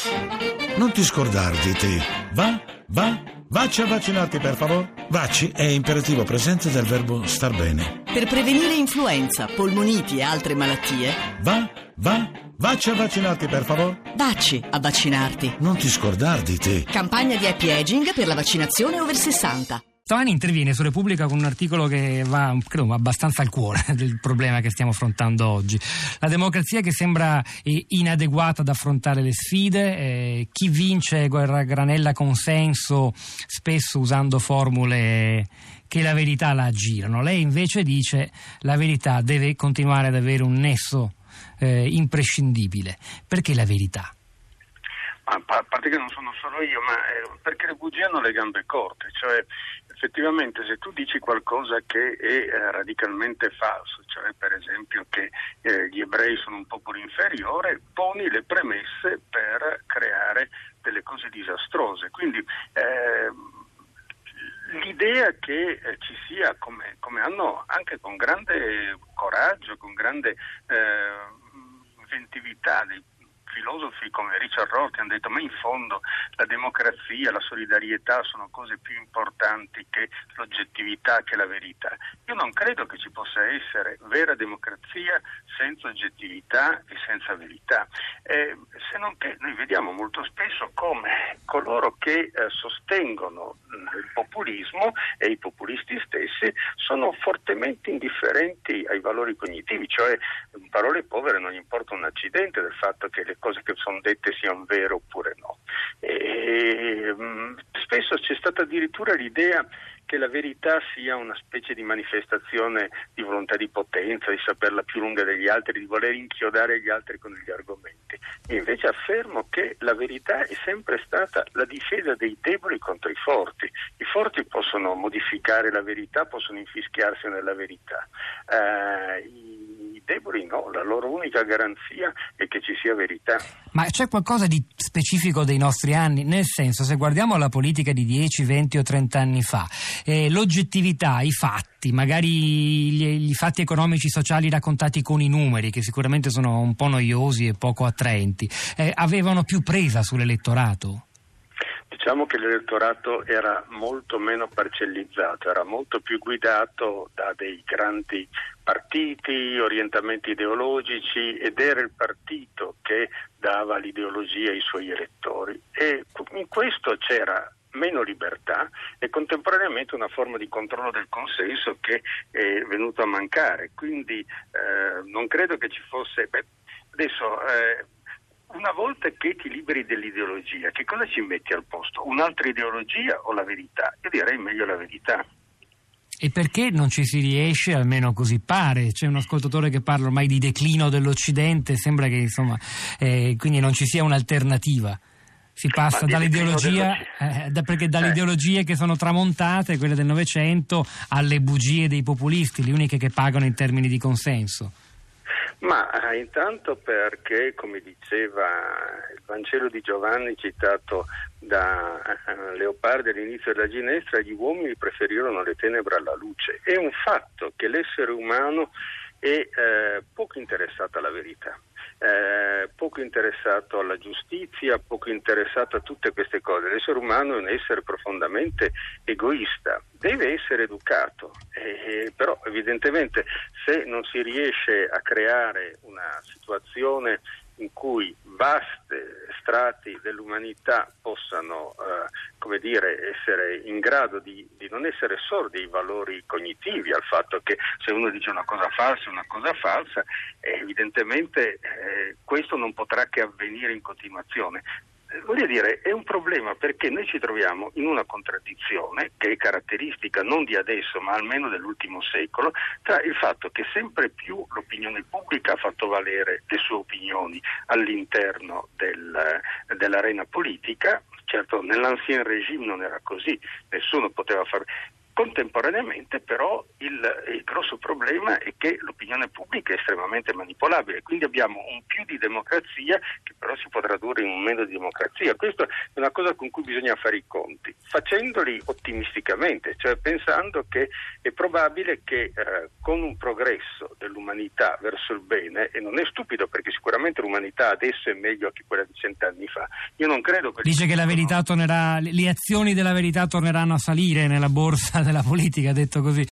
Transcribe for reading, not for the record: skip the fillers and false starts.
Non ti scordar di te. Vacci a vaccinarti, per favore. Vacci è imperativo presente del verbo star bene. Per prevenire influenza, polmoniti e altre malattie. Vacci a vaccinarti, per favore. Vacci a vaccinarti. Non ti scordar di te. Campagna di happy aging per la vaccinazione over 60. Stamani interviene su Repubblica con un articolo che va, credo, abbastanza al cuore del problema che stiamo affrontando oggi. La democrazia che sembra inadeguata ad affrontare le sfide, chi vince granella consenso, spesso usando formule che la verità la aggirano. Lei invece dice la verità deve continuare ad avere un nesso imprescindibile. Perché la verità? A parte che non sono solo io, ma perché le bugie hanno le gambe corte, cioè effettivamente se tu dici qualcosa che è radicalmente falso, cioè per esempio che gli ebrei sono un popolo inferiore, poni le premesse per creare delle cose disastrose. Quindi l'idea che ci sia, come hanno anche con grande coraggio, con grande inventività dei filosofi come Richard Rohr, che hanno detto ma in fondo la democrazia, la solidarietà sono cose più importanti che l'oggettività, che la verità. Io non credo che ci possa essere vera democrazia senza oggettività e senza verità, se non che noi vediamo molto spesso come coloro che sostengono il populismo e i populisti stessi sono fortemente indifferenti ai valori cognitivi, cioè in parole povere non importa un accidente del fatto che le cose che sono dette siano vere oppure no. Spesso c'è stata addirittura l'idea che la verità sia una specie di manifestazione di volontà di potenza, di saperla più lunga degli altri, di voler inchiodare gli altri con gli argomenti. Io invece affermo che la verità è sempre stata la difesa dei deboli contro i forti. I forti possono modificare la verità, possono infischiarsi nella verità. I deboli no, la loro unica garanzia è che ci sia verità. Ma c'è qualcosa di specifico dei nostri anni? Nel senso, se guardiamo la politica di 10, 20 o 30 anni fa, l'oggettività, i fatti, magari gli fatti economici sociali raccontati con i numeri, che sicuramente sono un po' noiosi e poco attraenti, avevano più presa sull'elettorato? Diciamo che l'elettorato era molto meno parcellizzato, era molto più guidato da dei grandi partiti, orientamenti ideologici, ed era il partito che dava l'ideologia ai suoi elettori, e in questo c'era meno libertà e contemporaneamente una forma di controllo del consenso che è venuto a mancare. Quindi non credo che ci fosse... Una volta che ti liberi dell'ideologia, che cosa ci metti al posto? Un'altra ideologia o la verità? Io direi meglio la verità. E perché non ci si riesce, almeno così pare? C'è un ascoltatore che parla ormai di declino dell'Occidente, sembra che insomma quindi non ci sia un'alternativa. Si passa dall'ideologia, perché dalle ideologie che sono tramontate, quelle del Novecento, alle bugie dei populisti, le uniche che pagano in termini di consenso. Ma intanto perché, come diceva il Vangelo di Giovanni citato da Leopardi all'inizio della Ginestra, gli uomini preferirono le tenebre alla luce. È un fatto che l'essere umano è poco interessato alla verità, poco interessato alla giustizia, poco interessato a tutte queste cose. L'essere umano è un essere profondamente egoista, deve essere educato, però evidentemente se non si riesce a creare una situazione in cui vasti strati dell'umanità possano essere in grado di non essere sordi ai valori cognitivi, al fatto che se uno dice una cosa falsa, evidentemente questo non potrà che avvenire in continuazione. Voglio dire, è un problema perché noi ci troviamo in una contraddizione che è caratteristica non di adesso ma almeno dell'ultimo secolo, tra il fatto che sempre più l'opinione pubblica ha fatto valere le sue opinioni all'interno dell'arena politica. Certo, nell'ancien regime non era così, nessuno poteva fare, Contemporaneamente però il grosso problema è che l'opinione pubblica è estremamente manipolabile, quindi abbiamo un più di democrazia che però si può tradurre in un meno di democrazia. Questa è una cosa con cui bisogna fare i conti, facendoli ottimisticamente, cioè pensando che è probabile che con un progresso dell'umanità verso il bene, e non è stupido perché sicuramente l'umanità adesso è meglio che quella di 100 anni fa. Io non credo che dice che la verità tornerà, le azioni della verità torneranno a salire nella borsa della politica, detto così.